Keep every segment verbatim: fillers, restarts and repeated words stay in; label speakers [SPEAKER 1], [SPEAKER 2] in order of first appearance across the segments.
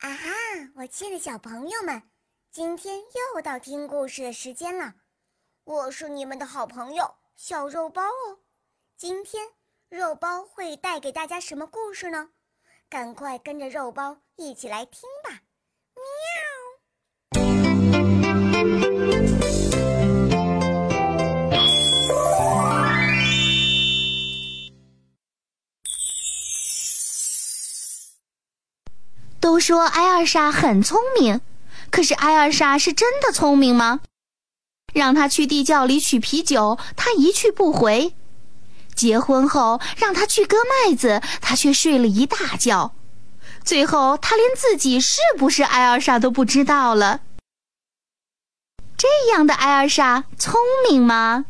[SPEAKER 1] 啊哈，我亲爱的小朋友们，今天又到听故事的时间了。我是你们的好朋友小肉包哦。今天肉包会带给大家什么故事呢？赶快跟着肉包一起来听吧。喵！
[SPEAKER 2] 都说艾尔莎很聪明，可是艾尔莎是真的聪明吗？让她去地窖里取啤酒，她一去不回。结婚后让她去割麦子，她却睡了一大觉。最后她连自己是不是艾尔莎都不知道了。这样的艾尔莎聪明吗？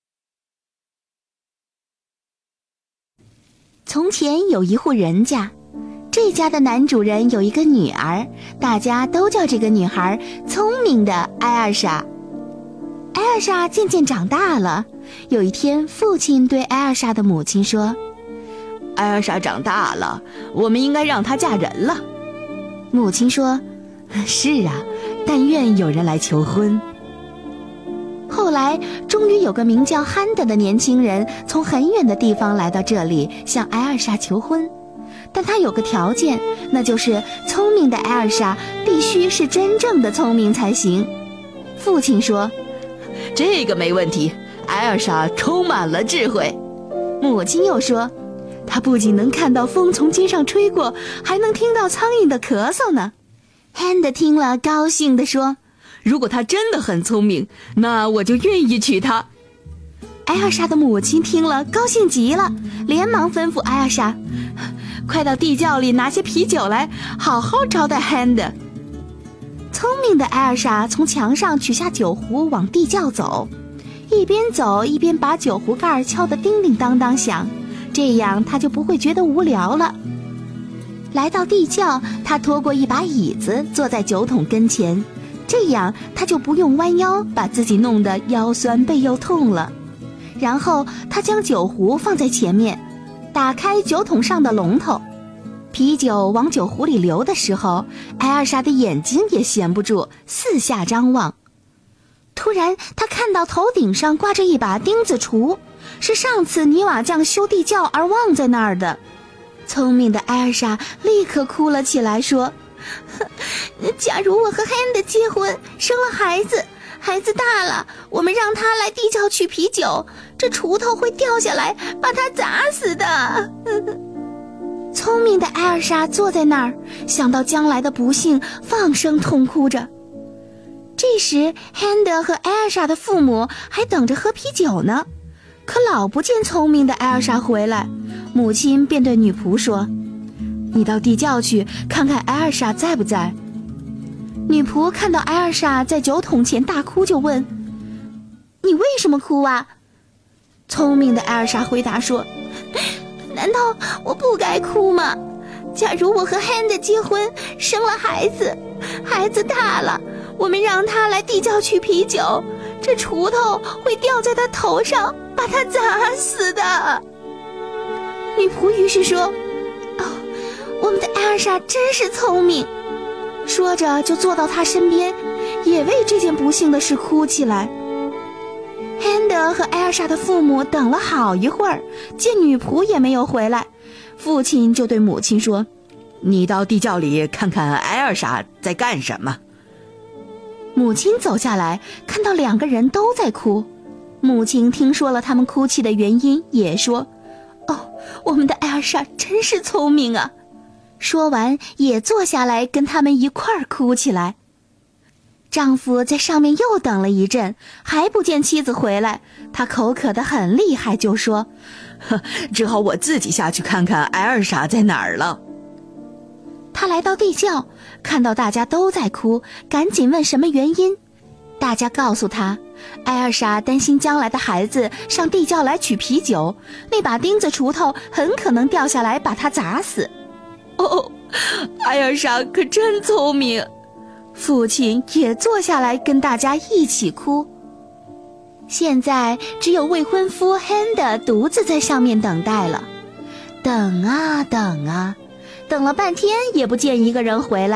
[SPEAKER 2] 从前有一户人家，这家的男主人有一个女儿，大家都叫这个女孩聪明的艾尔莎。艾尔莎渐渐长大了，有一天父亲对艾尔莎的母亲说：
[SPEAKER 3] 艾尔莎长大了，我们应该让她嫁人了。
[SPEAKER 2] 母亲说：
[SPEAKER 3] 是啊，但愿有人来求婚。
[SPEAKER 2] 后来终于有个名叫汉德的年轻人从很远的地方来到这里，向艾尔莎求婚。但他有个条件，那就是聪明的艾尔莎必须是真正的聪明才行。父亲说：
[SPEAKER 3] 这个没问题，艾尔莎充满了智慧。
[SPEAKER 2] 母亲又说：她不仅能看到风从街上吹过，还能听到苍蝇的咳嗽呢。汉德听了高兴地说：
[SPEAKER 3] 如果她真的很聪明，那我就愿意娶她。
[SPEAKER 2] 艾尔莎的母亲听了高兴极了，连忙吩咐艾尔莎：快到地窖里拿些啤酒来，好好招待汉德。聪明的艾尔莎从墙上取下酒壶，往地窖走，一边走一边把酒壶盖敲得叮叮当当响，这样她就不会觉得无聊了。来到地窖，她拖过一把椅子，坐在酒桶跟前，这样她就不用弯腰，把自己弄得腰酸背又痛了。然后她将酒壶放在前面，打开酒桶上的龙头，啤酒往酒壶里流的时候，艾尔莎的眼睛也闲不住，四下张望。突然她看到头顶上挂着一把钉子锄，是上次泥瓦匠修地窖而忘在那儿的。聪明的艾尔莎立刻哭了起来，说：假如我和汉德结婚，生了孩子，孩子大了，我们让他来地窖取啤酒，这锄头会掉下来把他砸死的。聪明的艾尔莎坐在那儿，想到将来的不幸，放声痛哭着。这时汉德和艾尔莎的父母还等着喝啤酒呢，可老不见聪明的艾尔莎回来，母亲便对女仆说：你到地窖去看看艾尔莎在不在。女仆看到艾尔莎在酒桶前大哭，就问：你为什么哭啊？聪明的艾尔莎回答说：难道我不该哭吗？假如我和汉德结婚，生了孩子，孩子大了，我们让他来地窖取啤酒，这锄头会掉在他头上，把他砸死的。女仆于是说：哦，我们的艾尔莎真是聪明。说着就坐到他身边，也为这件不幸的事哭起来。汉德和艾尔莎的父母等了好一会儿，见女仆也没有回来，父亲就对母亲说：
[SPEAKER 3] 你到地窖里看看艾尔莎在干什么。
[SPEAKER 2] 母亲走下来，看到两个人都在哭。母亲听说了他们哭泣的原因，也说：哦，我们的艾尔莎真是聪明啊。说完也坐下来跟他们一块儿哭起来。丈夫在上面又等了一阵，还不见妻子回来，他口渴得很厉害，就说：
[SPEAKER 3] 只好我自己下去看看艾尔莎在哪儿了。
[SPEAKER 2] 他来到地窖，看到大家都在哭，赶紧问什么原因。大家告诉他，艾尔莎担心将来的孩子上地窖来取啤酒，那把钉子锄头很可能掉下来把他砸死。
[SPEAKER 3] 哦，艾尔莎可真聪明。
[SPEAKER 2] 父亲也坐下来跟大家一起哭。现在只有未婚夫汉德独自在上面等待了。等啊等啊，等了半天也不见一个人回来。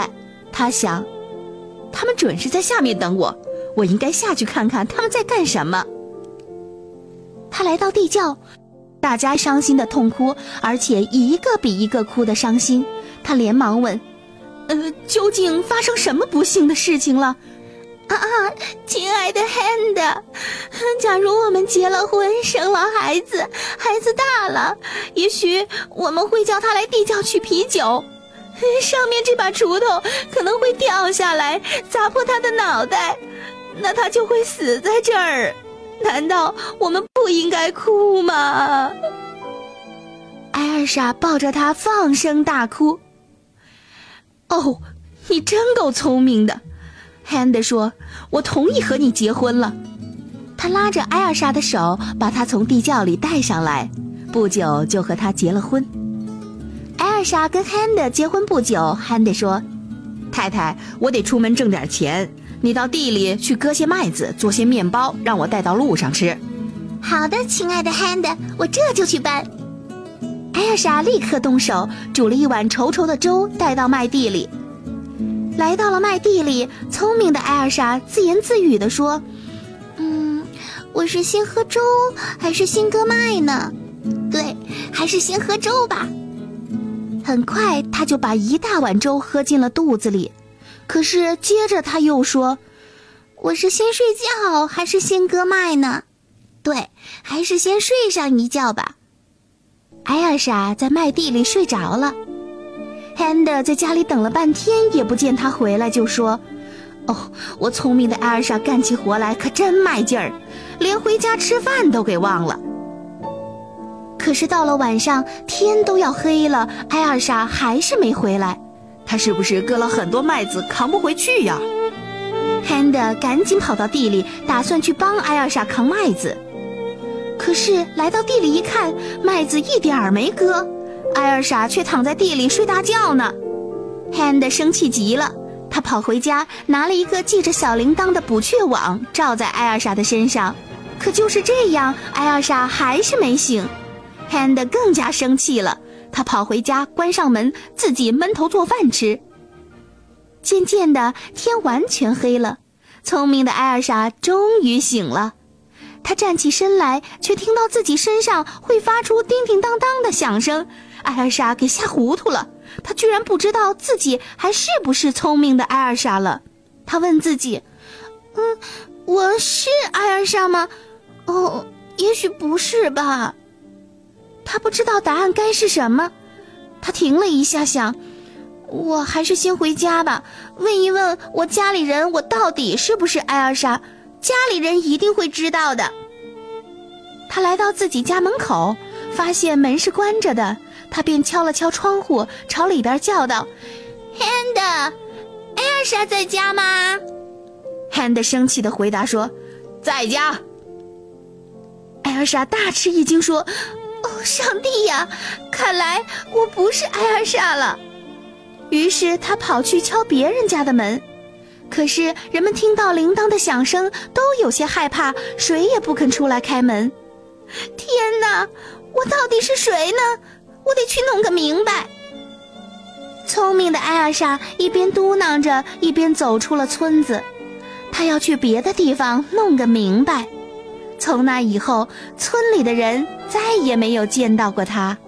[SPEAKER 2] 他想，他们准是在下面等我，我应该下去看看他们在干什么。他来到地窖，大家伤心的痛哭，而且一个比一个哭得伤心。他连忙问，呃，究竟发生什么不幸的事情了？啊，亲爱的 Hand， 假如我们结了婚，生了孩子，孩子大了，也许我们会叫他来地窖取啤酒，上面这把锄头可能会掉下来，砸破他的脑袋，那他就会死在这儿。难道我们不应该哭吗？艾尔莎抱着他放声大哭。哦，你真够聪明的，Hand说，我同意和你结婚了。他拉着艾尔莎的手，把她从地窖里带上来，不久就和她结了婚。艾尔莎跟 Hand 结婚不久， Hand 说，太太，我得出门挣点钱，你到地里去割些麦子，做些面包，让我带到路上吃。
[SPEAKER 1] 好的，亲爱的 Hand， 我这就去办。
[SPEAKER 2] 艾尔莎立刻动手，煮了一碗稠稠的粥，带到麦地里。来到了麦地里，聪明的艾尔莎自言自语地说，嗯，我是先喝粥还是先割麦呢？对，还是先喝粥吧。很快她就把一大碗粥喝进了肚子里，可是接着她又说，我是先睡觉还是先割麦呢？对，还是先睡上一觉吧。艾尔莎在麦地里睡着了。Hand 在家里等了半天也不见他回来，就说，哦，我聪明的艾尔莎干起活来可真卖劲儿，连回家吃饭都给忘了。可是到了晚上，天都要黑了，艾尔莎还是没回来。他是不是割了很多麦子扛不回去呀？ Hand 赶紧跑到地里，打算去帮艾尔莎扛麦子。可是来到地里一看，麦子一点儿没割，艾尔莎却躺在地里睡大觉呢。 Hand 生气极了，他跑回家拿了一个系着小铃铛的捕雀网罩在艾尔莎的身上，可就是这样，艾尔莎还是没醒。 Hand 更加生气了，他跑回家关上门，自己闷头做饭吃。渐渐的天完全黑了，聪明的艾尔莎终于醒了。他站起身来，却听到自己身上会发出叮叮当当的响声，艾尔莎给吓糊涂了，她居然不知道自己还是不是聪明的艾尔莎了。她问自己，嗯，我是艾尔莎吗？哦，也许不是吧。她不知道答案该是什么。她停了一下，想，我还是先回家吧，问一问我家里人我到底是不是艾尔莎，家里人一定会知道的。他来到自己家门口，发现门是关着的，他便敲了敲窗户，朝里边叫道， Hand， 艾尔莎在家吗？ Hand 生气地回答说，在家。艾尔莎大吃一惊说，哦，上帝呀，看来我不是艾尔莎了。于是他跑去敲别人家的门，可是人们听到铃铛的响声都有些害怕，谁也不肯出来开门。天哪，我到底是谁呢？我得去弄个明白。聪明的艾尔莎一边嘟囔着，一边走出了村子。她要去别的地方弄个明白。从那以后，村里的人再也没有见到过她。